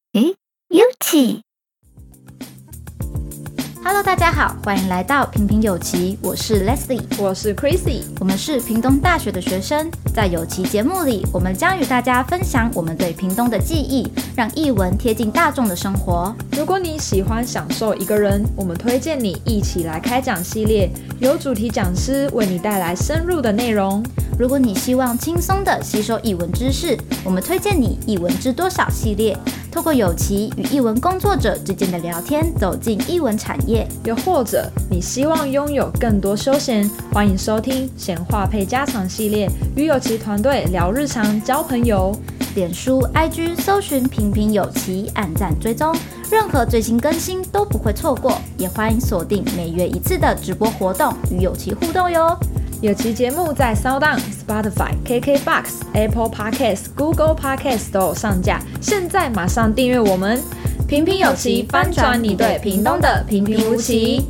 诶，有奇。Hello， 大家好，欢迎来到平平有奇，我是 Leslie， 我是 Chrissy， 我们是屏东大学的学生，在有奇节目里，我们将与大家分享我们对屏东的记忆，让艺文贴近大众的生活。 如果你喜欢享受一个人，我们推荐你一起来开讲系列，由主题讲师为你带来深入的内容。 如果你希望轻松地吸收艺文知识，我们推荐你艺文知多少系列，透过有奇与艺文工作者之间的聊天，走进艺文产业。 又或者你希望拥有更多休闲，欢迎收听闲话配家常系列，与有奇团队聊日常，交朋友。 脸书 IG 搜寻平平有奇，按赞追踪，任何最新更新都不会错过，也欢迎锁定每月一次的直播活动，与有奇互动哟。 有奇节目在 SoundOn、Spotify、KKBOX、Apple Podcasts、Google Podcasts 都有上架，现在马上订阅我们，平平有奇，翻转你对屏东的平平无奇。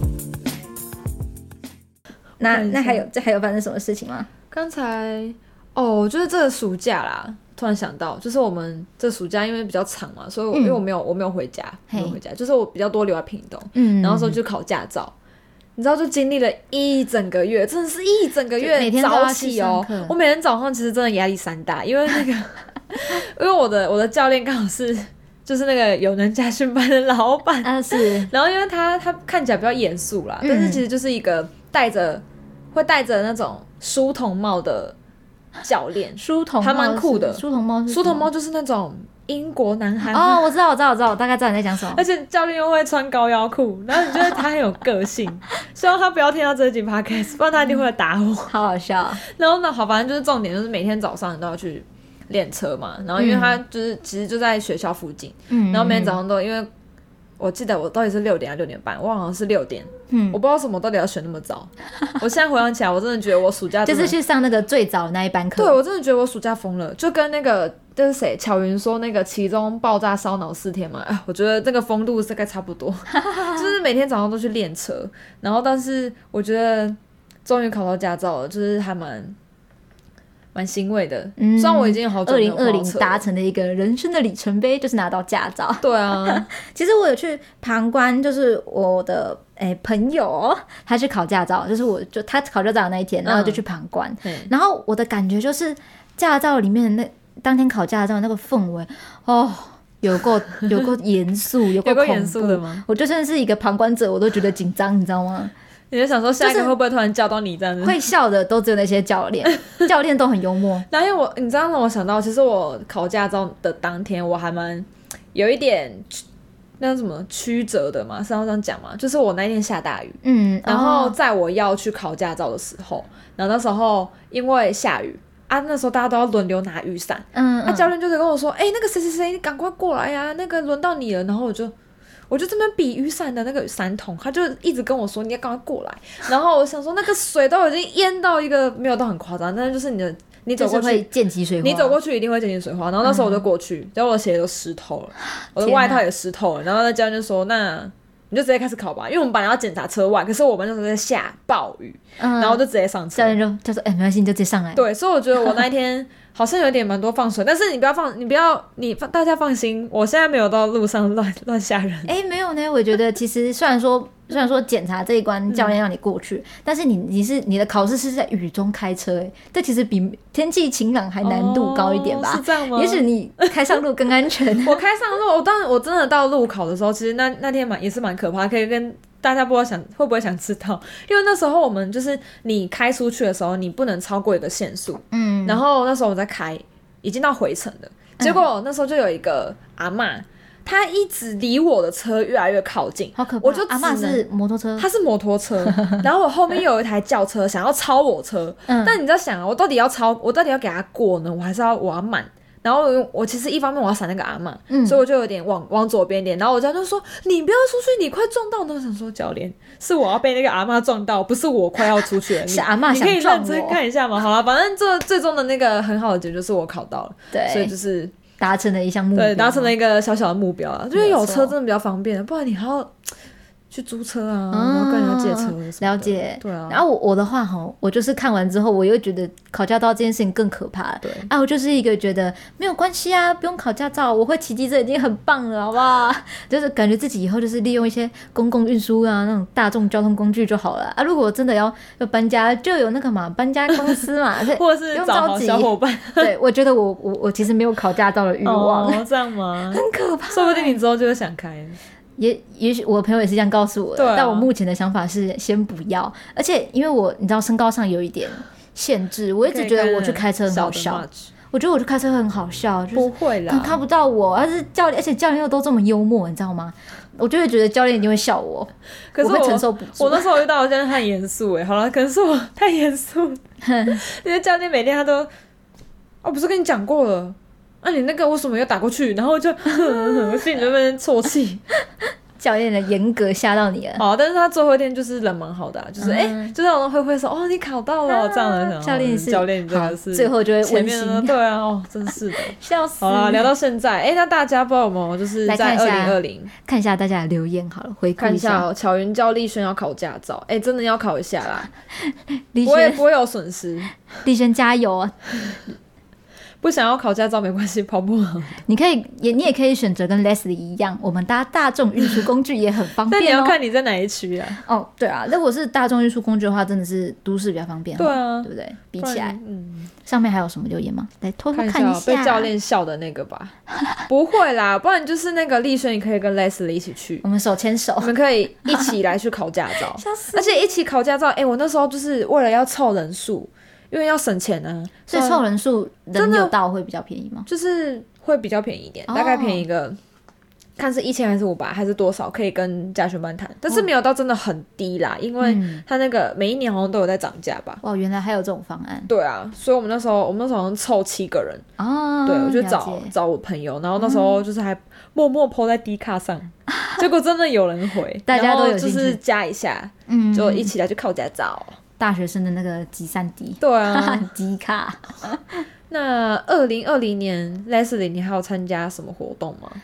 那还有发生什么事情吗？ 刚才就是这个暑假啦，突然想到，就是我们这暑假因为比较长嘛，所以因为我没有回家，就是我比较多留在屏东，然后说就考驾照。你知道，就经历了一整个月，真的是一整个月， 每天都要去上课。 我每天早上其实真的压力山大，因为那个，因为我的教练刚好是就是那个有能家训班的老板啊，是。 然后因为他看起来比较严肃啦，但是其实就是一个会戴着那种书童帽的教练， 书童帽还蛮酷的。 书童帽就是那种英国男孩哦，我知道，我大概知道你在讲什么。 而且教练又会穿高腰裤，然后你觉得他很有个性。希望他不要听到这一集 podcast， 不然他一定会来打我。 好好笑。 然后呢，反正就是重点就是每天早上你都要去练车嘛。然后因为他就是其实就在学校附近，然后每天早上都因为我记得我到底是6点还是6点半，我好像是6点。我不知道什么到底要选那么早。我现在回想起来，我真的觉得我暑假就是去上那个最早的那一班课。 对，我真的觉得我暑假疯了，就跟那个就是谁巧云说那个期中爆炸烧脑4天嘛，我觉得这个风度大概差不多，就是每天早上都去练车，然后但是我觉得终于考到驾照了，就是还蛮欣慰的。虽然我已经有好久没有 2020达成的一个人生的里程碑，就是拿到驾照。 对啊， 其实我有去旁观，就是我的朋友他去考驾照，就是他考驾照的那一天，然后就去旁观。然后我的感觉就是驾照里面的当天考驾照的那个氛围有够严肃，有够严肃的吗？ 我就算是一个旁观者，我都觉得紧张，你知道吗？ 你就想说下一个会不会突然叫到你这样子？ 会笑的都只有那些教练，教练都很幽默。 然后你知道让我想到，其实我考驾照的当天，我还蛮有一点那什么曲折的嘛，是要这样讲嘛？就是我那一天下大雨，然后在我要去考驾照的时候，然后那时候因为下雨。那时候大家都要轮流拿雨伞，教练就是跟我说，那个谁谁谁，你赶快过来呀，那个轮到你了。然后我就这边比雨伞的那个伞筒，他就一直跟我说你要赶快过来。然后我想说，那个水都已经淹到一个没有到很夸张，但是就是你走过去会溅起水花， 你走过去一定会溅起水花。然后那时候我就过去，然后我的鞋都湿透了，我的外套也湿透了。然后那教练就说，那你就直接开始考吧，因为我们本来要检查车外，可是我们那时候在下暴雨，然后就直接上车。 教练就说没关系，你就直接上来。 对，所以我觉得我那一天好像有点蛮多放水，但是大家放心，我现在没有到路上乱吓人。 没有呢，我觉得其实虽然说检查这一关教练让你过去，但是你的考试是在雨中开车，这其实比天气晴朗还难度高一点吧？ 是这样吗？ 也许你开上路更安全。 我开上路，我真的到路考的时候，其实那天也是蛮可怕，可以跟大家会不会想知道？因为那时候我们就是你开出去的时候，你不能超过一个限速，然后那时候我在开，已经到回程了，结果那时候就有一个阿嬷。他一直离我的车越来越靠近， 好可怕！ 我就阿嬷是摩托车， 他是摩托车，然后我后面又有一台轿车想要超我车，但你在想我到底要给他过呢，我要慢。然后我其实一方面我要闪那个阿嬷，所以我就有点往左边一点。然后我教练就说：“你不要出去，你快撞到！”然后我想说，教练是我要被那个阿嬷撞到，不是我快要出去了。 是阿嬷想撞我。 你可以认真看一下嘛。好了，反正这最终的那个很好的结局就是我考到了，对，所以就是达成了一项目标， 对，达成了一个小小的目标啊。因为有车真的比较方便，不然你还要去租车啊，然后跟人家借车什么的。 了解， 对啊。 然后我的话我就是看完之后，我又觉得考驾照这件事情更可怕了。对啊，我就是一个觉得没有关系啊，不用考驾照，我会骑机车已经很棒了，好不好？就是感觉自己以后就是利用一些公共运输啊，那种大众交通工具就好了啊。如果真的要搬家，就有那个嘛，搬家公司嘛， 或者是找好小伙伴。 对，我觉得我其实没有考驾照的欲望。 这样吗？ 很可怕。 说不定你之后就会想开。 也许我的朋友也是这样告诉我的，但我目前的想法是先不要。而且因为你知道身高上有一点限制，我一直觉得我去开车很好笑。我觉得我去开车很好笑，就是、 不会啦， 看不到我，而且教练又都这么幽默，你知道吗？我就会觉得教练一定会笑我，可是我会承受不住。 我那时候遇到，我现在很严肃好了，可能是我太严肃，因为教练每天他都，不是跟你讲过了。你那个为什么又打过去？然后就我心里在那边啜泣。 教练的严格吓到你了。 但是他最后一天就是人蛮好的就是就是那种挥说你考到了这样的。 教练是教练真的是最后就会温馨。 对啊真是的笑死。 好啦，聊到现在那大家不知道有没有就是在2020 看一下大家的留言好了，回顾一下。 巧云教丽轩要考驾照真的要考一下啦。不会有损失。 丽轩加油啊。 不想要考驾照没关系，跑步你也可以选择跟 Leslie 一样，我们搭大众运输工具也很方便但你要看你在哪一区啊。 对啊，如果是大众运输工具的话，真的是都市比较方便。 对啊， 对不对？比起来，上面还有什么留言吗？来偷偷看一下。 被教练笑的那个吧。不会啦，不然就是那个丽轩，你可以跟 Leslie 一起去， 我们手牵手， 我们可以一起来去考驾照。 笑死！ 而且一起考驾照，我那时候就是为了要凑人数。因为要省钱啊， 所以凑人数人有到会比较便宜吗？ 就是会比较便宜一点，大概便宜个看是1000还是500还是多少，可以跟驾训班谈，但是没有到真的很低啦，因为他那个每一年好像都有在涨价吧。 哇，原来还有这种方案。 对啊，所以我们那时候好像凑7个人对，我就找我朋友，然后那时候就是还默默 po 在 D 卡上，结果真的有人回， 大家都有就是加一下，就一起来去考驾照。 大学生的那个集散地。 对啊集卡。 那2020年 Leslie 你还有参加什么活动吗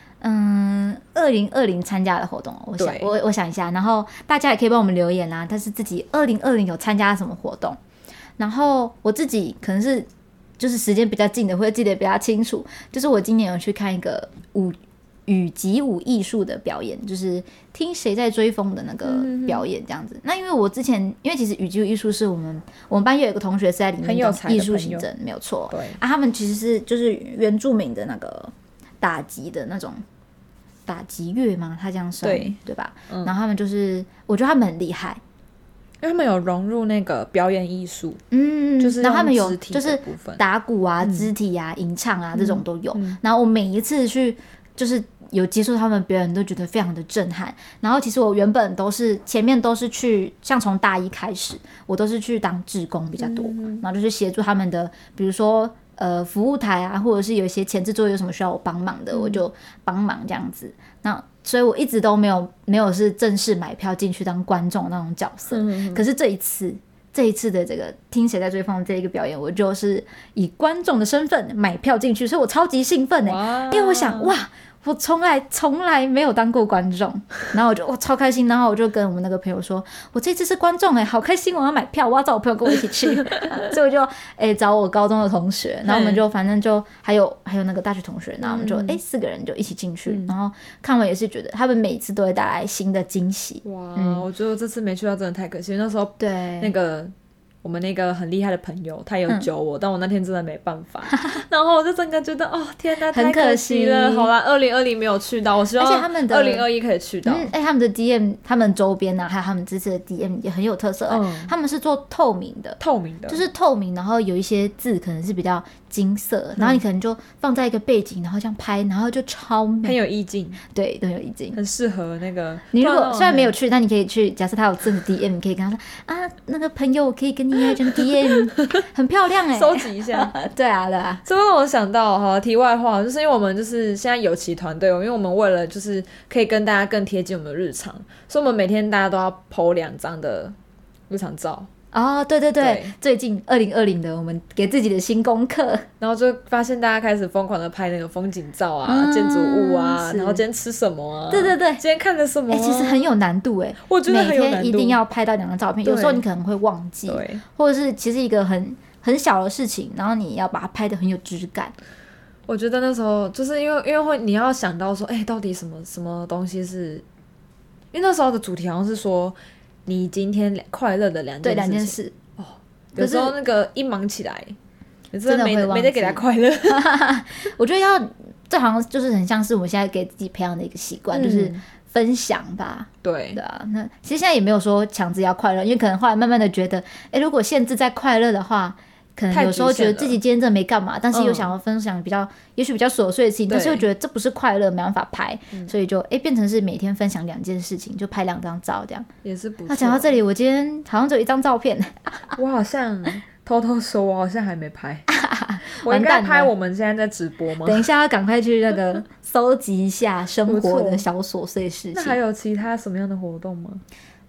？2020参加的活动，我想一下，然后大家也可以帮我们留言但是自己2020有参加什么活动？然后我自己可能是就是时间比较近的会记得比较清楚，就是我今年有去看一个羽击舞艺术的表演，就是听谁在追风的那个表演这样子。那因为我之前因为其实羽击舞艺术是我们班有一个同学是在里面的艺术行政，没有错。对他们其实是就是原住民的那个打击的那种打击乐嘛，他这样说对吧？然后他们就是我觉得他们很厉害， 因为他们有融入那个表演艺术，就是然后他们有就是打鼓啊、肢体啊、吟唱啊这种都有。然后我每一次去就是有接触他们表演都觉得非常的震撼。然后其实我原本前面都是去像从大一开始我都是去当志工比较多，然后就是协助他们的比如说服务台啊，或者是有一些前置作业有什么需要我帮忙的我就帮忙这样子。那所以我一直都没有是正式买票进去当观众那种角色。可是这一次的这个听谁在追风这一个表演，我就是以观众的身份买票进去，所以我超级兴奋因为我想哇，我从来没有当过观众，然后我超开心，然后我就跟我们那个朋友说，我这次是观众好开心，我要买票，我要找我朋友跟我一起去所以我就找我高中的同学，然后我们就反正就还有那个大学同学，然后我们就4个人就一起进去，然后看完也是觉得他们每一次都会带来新的惊喜。 哇，我觉得这次没去到真的太可惜，那时候对那个我们那个很厉害的朋友他有揪我，但我那天真的没办法然后我就整个觉得天哪，太可惜了。好啦，2020没有去到，我希望而且他们的2021可以去到。 他们的 DM 他们周边还有他们这次的 DM 也很有特色他们是做透明的就是透明，然后有一些字可能是比较金色，然后你可能就放在一个背景，然后这样拍，然后就超美， 很有意境。 对，都有意境， 很适合那个。 你如果虽然没有去，但你可以去，假设他有真的 DM 你可以跟他说那个朋友我可以跟你约真 DM 很漂亮收集一下对啊这会让我想到题外话，就是因为我们就是现在有期团队因为我们为了就是可以跟大家更贴近我们的日常，所以我们每天大家都要 po 2张的日常照哦，对对对，最近2020的我们给自己的新功课， 然后就发现大家开始疯狂的拍那个风景照啊、建筑物啊，然后今天吃什么啊， 对对对， 今天看的什么啊， 其实很有难度我觉得很有难度， 每天一定要拍到2张照片，有时候你可能会忘记，或者是其实一个很小的事情，然后你要把它拍得很有质感。 我觉得那时候就是因为你要想到说，到底什么东西是，因为那时候的主题好像是说你今天快乐的2件事哦，有时候那个一忙起来，你真的没得给他快乐。 我觉得这好像就是很像是我们现在给自己培养的一个习惯，就是分享吧。 对啊，那其实现在也没有说强制要快乐，因为可能后来慢慢的觉得，如果限制在快乐的话。可能有时候觉得自己今天真的没干嘛，但是又想要分享也许比较琐碎的事情，但是又觉得这不是快乐，没办法拍，所以就变成是每天分享2件事情，就拍2张照这样， 也是不错。 那讲到这里，我今天好像只有1张照片， 我好像偷偷说，我好像还没拍，我应该拍我们现在在直播吗？ 等一下要赶快去那个搜集一下生活的小琐碎事情。 那还有其他什么样的活动吗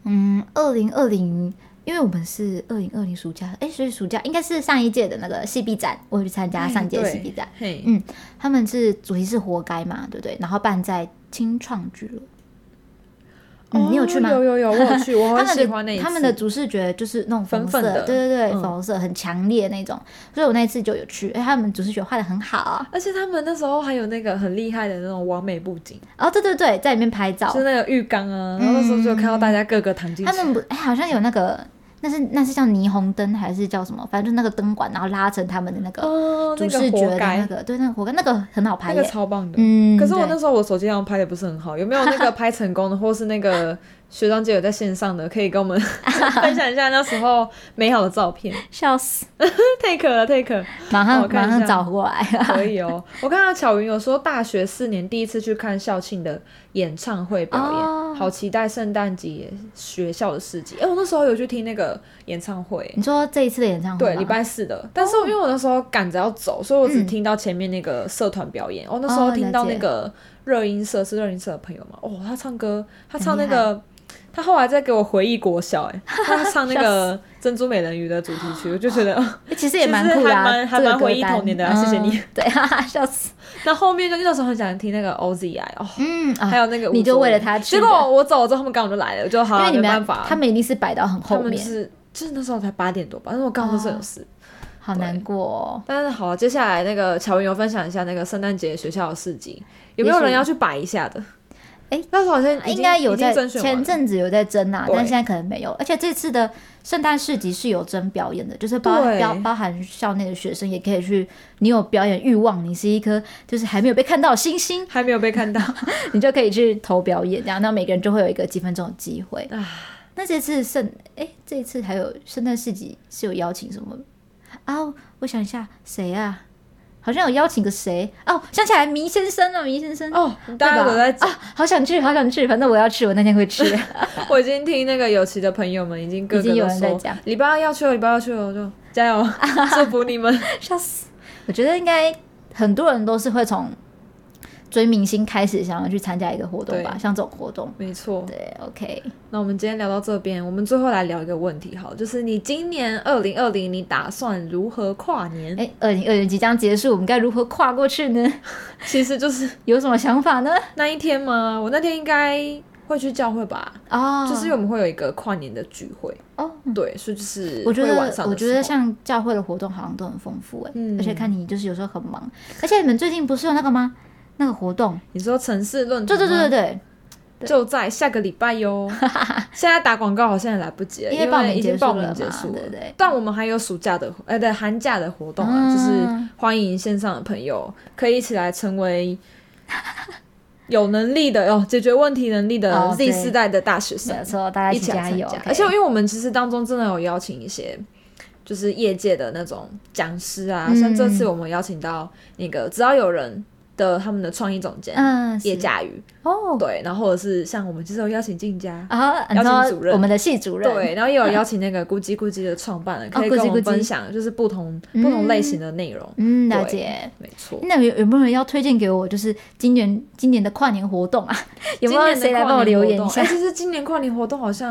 ？2020。因为我们是2020暑假，所以暑假应该是上一届的那个戏毕展，我有去参加上届戏毕展。他们是主题是活该嘛，对不对？然后办在青创聚落。你有去吗？ 有，我有去，我很喜欢那一次。 他们的主视觉就是那种粉色， 的， 对，粉红色很强烈那种，所以我那一次就有去。他们主视觉画得很好， 而且他们那时候还有那个很厉害的那种完美布景。 哦，对，在里面拍照， 就那个浴缸啊，然后那时候就看到大家各个躺进去。 他们好像有那个。那是叫霓虹灯还是叫什么？反正就是那个灯管，然后拉成他们的那个主视觉的那个，对，那个活该，那个很好拍， 那个超棒的。可是我那时候我手机上拍的不是很好，有没有那个拍成功的，或是那个学长姐有在线上的，可以跟我们分享一下那时候美好的照片？ 笑死 ，take 了， 马上找过来。 可以哦。我看到巧云有说，大学4年第一次去看校庆的演唱会表演，好期待圣诞节学校的市集。我那时候有去听那个演唱会。 你说这一次的演唱会？ 对，礼拜4的。但是因为我那时候赶着要走，所以我只听到前面那个社团表演。那时候听到那个热音社的朋友嘛，他唱歌，他唱那个。他后来再给我回忆国小，他唱那个珍珠美人鱼的主题曲，我就觉得其实也蛮酷的， 还蛮回忆童年的，谢谢你。 对，笑死。 那后面就那时候很想听那个 OZI 还有那个你就为了他去， 结果我走了之后，他们刚好就来了，我就好了，没办法， 他们一定是摆到很后面， 他们就是那时候才8点多吧，但是我刚好是有事。 好难过哦。 但是好，接下来那个乔云有分享一下那个圣诞节学校的市集，有没有人要去摆一下的？那时候好像应该有在前阵子有在争啊，但现在可能没有。而且这次的圣诞市集是有争表演的，就是包含校内的学生也可以去。你有表演欲望，你是一颗就是还没有被看到的星星， 还没有被看到， 你就可以去投表演，这样那每个人就会有一个几分钟的机会。那这次这一次还有圣诞市集是有邀请什么啊？我想一下，谁啊？好像有邀请个谁想起来迷先生大家都在讲好想去，反正我要去，我那天会去。 我已经听那个有奇的朋友们已经各个都说礼拜要去了，我就加油，祝福你们。 笑死！我觉得应该很多人都是会从追明星开始想要去参加一个活动吧，像这种活动， 没错。 对 ，OK。 那我们今天聊到这边，我们最后来聊一个问题，好，就是你今年2020，你打算如何跨年 ？2020即将结束，我们该如何跨过去呢？ 其实就是有什么想法呢？ 那一天吗？我那天应该会去教会吧？就是因为我们会有一个跨年的聚会对，所以就是我觉得像教会的活动好像都很丰富而且看你就是有时候很忙，而且你们最近不是有那个吗？那个活动， 你说城市论坛吗？ 对， 就在下个礼拜哟。现在打广告好像也来不及了，因为已经报名结束了。对，但我们还有暑假的寒假的活动就是欢迎线上的朋友可以一起来成为有能力的解决问题能力的 Z 世代的大学生。 没错，大家一起加油。 而且因为我们其实当中真的有邀请一些就是业界的那种讲师啊，像这次我们邀请到那个只要有人的他们的创意总监叶嘉瑜对，然后或者是像我们其实有邀请静佳邀请主任， 我们的系主任对，然后也有邀请那个咕叽咕叽的创办人可以跟我们分享就是不同类型的内容。 了解， 没错。 那有没有人要推荐给我就是今年的跨年活动啊？有没有谁来帮我留言一下？ 其实今年跨年活动好像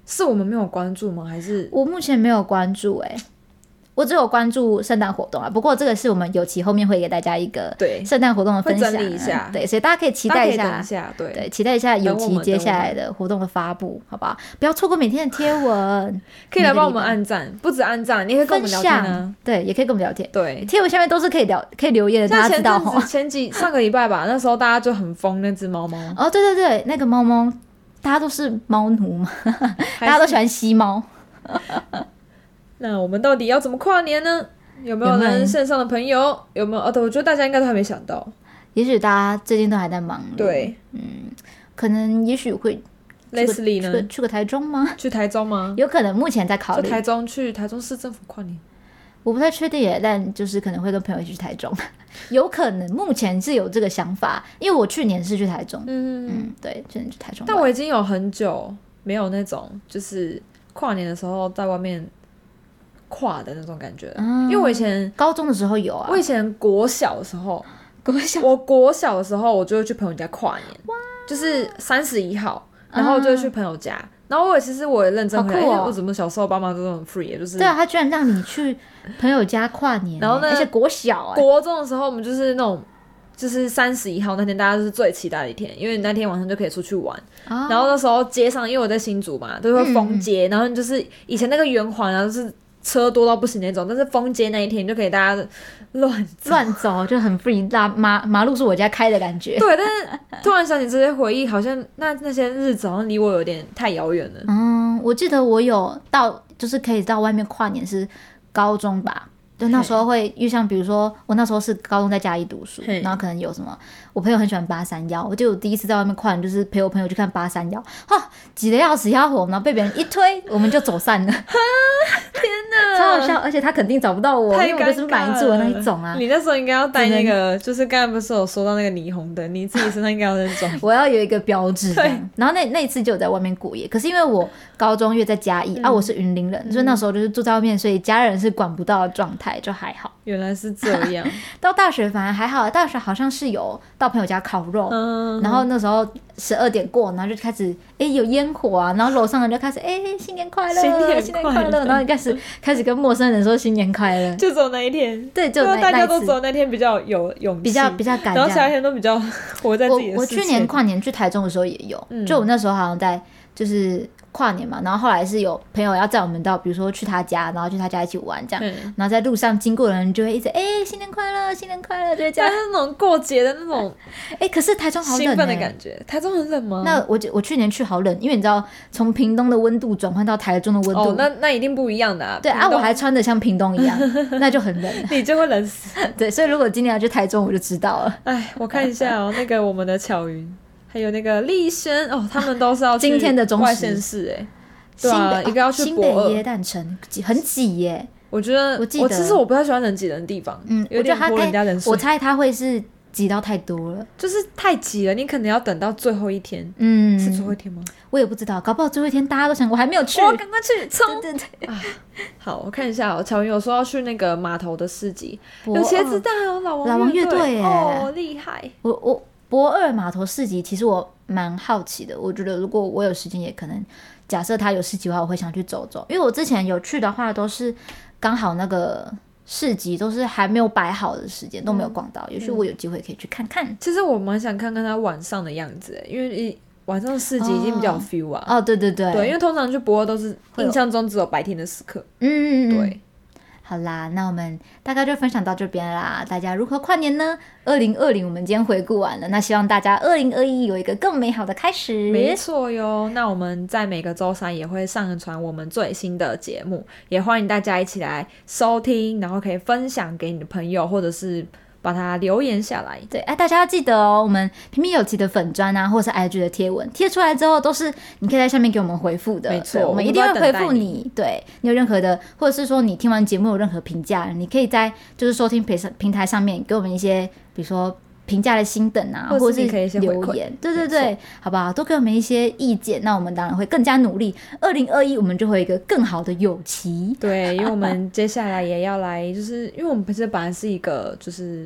是我们没有关注吗？还是我目前没有关注我只有关注圣诞活动啊，不过这个是我们有期后面会给大家一个圣诞活动的分享， 会整理一下， 对，所以大家可以期待一下， 对，期待一下有期接下来的活动的发布，好不好？不要错过每天的贴文， 可以来帮我们按赞，不止按赞，你也可以跟我们聊天啊， 对，也可以跟我们聊天， 对， 贴文下面都是可以留言的，大家知道齁。 上个礼拜吧，那时候大家就很疯那只猫猫， 哦，对对对，那个猫猫，大家都是猫奴嘛，大家都喜欢吸猫。 那我们到底要怎么跨年呢？有没有人线上的朋友？有没有？我觉得大家应该都还没想到。 也许大家最近都还在忙碌。 对， 可能也许会。 Leslie 呢？ 去个台中吗？ 去台中吗？ 有可能，目前在考虑。 去台中市政府跨年。 我不太确定耶，但就是可能会跟朋友一起去台中，有可能目前是有这个想法，因为我去年是去台中。对，去年去台中。 但我已经有很久没有那种就是跨年的时候在外面跨的那种感觉，因为我以前高中的时候有啊， 我以前国小的时候，我国小的时候我就会去朋友家跨年，就是31号，然后就会去朋友家，然后其实我也认真回来，我怎么小时候爸妈都很 free， 就是对啊，他居然让你去朋友家跨年，然后呢，而且国小国中的时候我们就是那种。就是31号那天，大家都是最期待的一天，因为那天晚上就可以出去玩。然后那时候街上，因为我在新竹嘛，都会封街，然后就是以前那个圆环，然后就是车多到不行那种，但是封街那一天，你就可以大家乱走，就很 free， 马路是我家开的感觉。 对，但是突然想起这些回忆，好像那些日子好像离我有点太遥远了。 我记得我有到，就是可以到外面跨年是高中吧。就那时候会遇上，比如说我那时候是高中在嘉义读书，然后可能有什么，我朋友很喜欢831，我记得我第一次在外面跨年就是陪我朋友去看831，挤得要死要活，然后被别人一推，我们就走散了。 天哪， 超好笑，而且他肯定找不到我，因为我就是满座的那一种啊。 你那时候应该要带那个，就是刚才不是有说到那个霓虹灯，你自己身上应该要那种。 我要有一个标志，然后那一次就有在外面过夜，可是因为我高中在嘉义我是云林人，所以那时候就是住在外面，所以家人是管不到的状态，就还好。 原来是这样。 到大学反而还好，大学好像是有到朋友家烤肉，然后那时候12点过，然后就开始有烟火啊，然后楼上人就开始新年快乐，新年快乐，然后开始跟陌生人说新年快乐， 就只有那一天， 对，就大家都只有那天比较有勇气， 比较敢， 然后其他天都比较活在自己的世界。 我去年跨年去台中的时候也有，就我那时候好像在就是跨年嘛，然后后来是有朋友要载我们到，比如说去他家，然后去他家一起玩这样，然后在路上经过的人就会一直新年快乐，新年快乐，就这样， 那种过节的那种可是台中好冷兴奋的感觉。台中很冷吗？ 那我去年去好冷，因为你知道从屏东的温度转换到台中的温度， 那一定不一样的啊。 对啊，我还穿得像屏东一样，那就很冷， 你就会冷死。 对，所以如果今年要去台中，我就知道了。 我看一下那个我们的巧云。还有那个立轩他们都是要去今天的外县市对啊，一个要去博二新北耶诞城，很挤耶。 我觉得我其实我不太喜欢人挤人的地方，有点泼人家人水。 我猜他会是挤到太多了， 就是太挤了，你可能要等到最后一天。是最后一天吗？ 我也不知道，搞不好最后一天大家都想我还没有去， 我赶快去冲！ 对好，我看一下乔云有说要去那个码头的市集，有茄子蛋老王乐队厉害！ 我博二码头市集，其实我蛮好奇的。我觉得如果我有时间，也可能假设他有市集的话，我会想去走走。因为我之前有去的话，都是刚好那个市集都是还没有摆好的时间，都没有逛到。也许我有机会可以去看看。 其实我蛮想看看他晚上的样子，因为晚上的市集已经比较有 feel 啊。 对， 因为通常去博二都是印象中只有白天的时刻。对。 好啦，那我们大概就分享到这边啦。大家如何跨年呢？2020我们今天回顾完了，那希望大家2021有一个更美好的开始。 没错哟，那我们在每个周三也会上传我们最新的节目，也欢迎大家一起来收听，然后可以分享给你的朋友，或者是把它留言下来。 对，大家要记得我们平平有奇的粉专啊，或是 IG 的贴文贴出来之后，都是你可以在下面给我们回复的。 没错， 我们一定会回复你。对，你有任何的，或者是说你听完节目有任何评价，你可以在就是收听平台上面给我们一些，比如说评价的星等啊，或者是留言，对，好不好？都给我们一些意见，那我们当然会更加努力。2021我们就会有一个更好的有期。 对，因为我们接下来也要来，就是因为我们本来是一个就是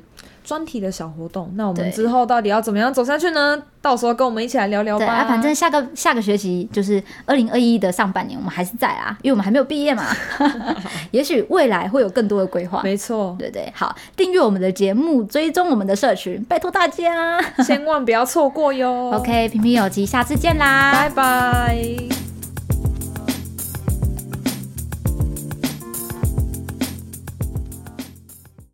专题的小活动。那我们之后到底要怎么样走下去呢？到时候跟我们一起来聊聊吧。 对反正下个学期就是2021的上半年，我们还是在啊，因为我们还没有毕业嘛。也许未来会有更多的规划。 没错， 对，好，订阅我们的节目，追踪我们的社群，拜托大家， 千万不要错过哟。 OK， 平平有奇，下次见啦， 拜拜。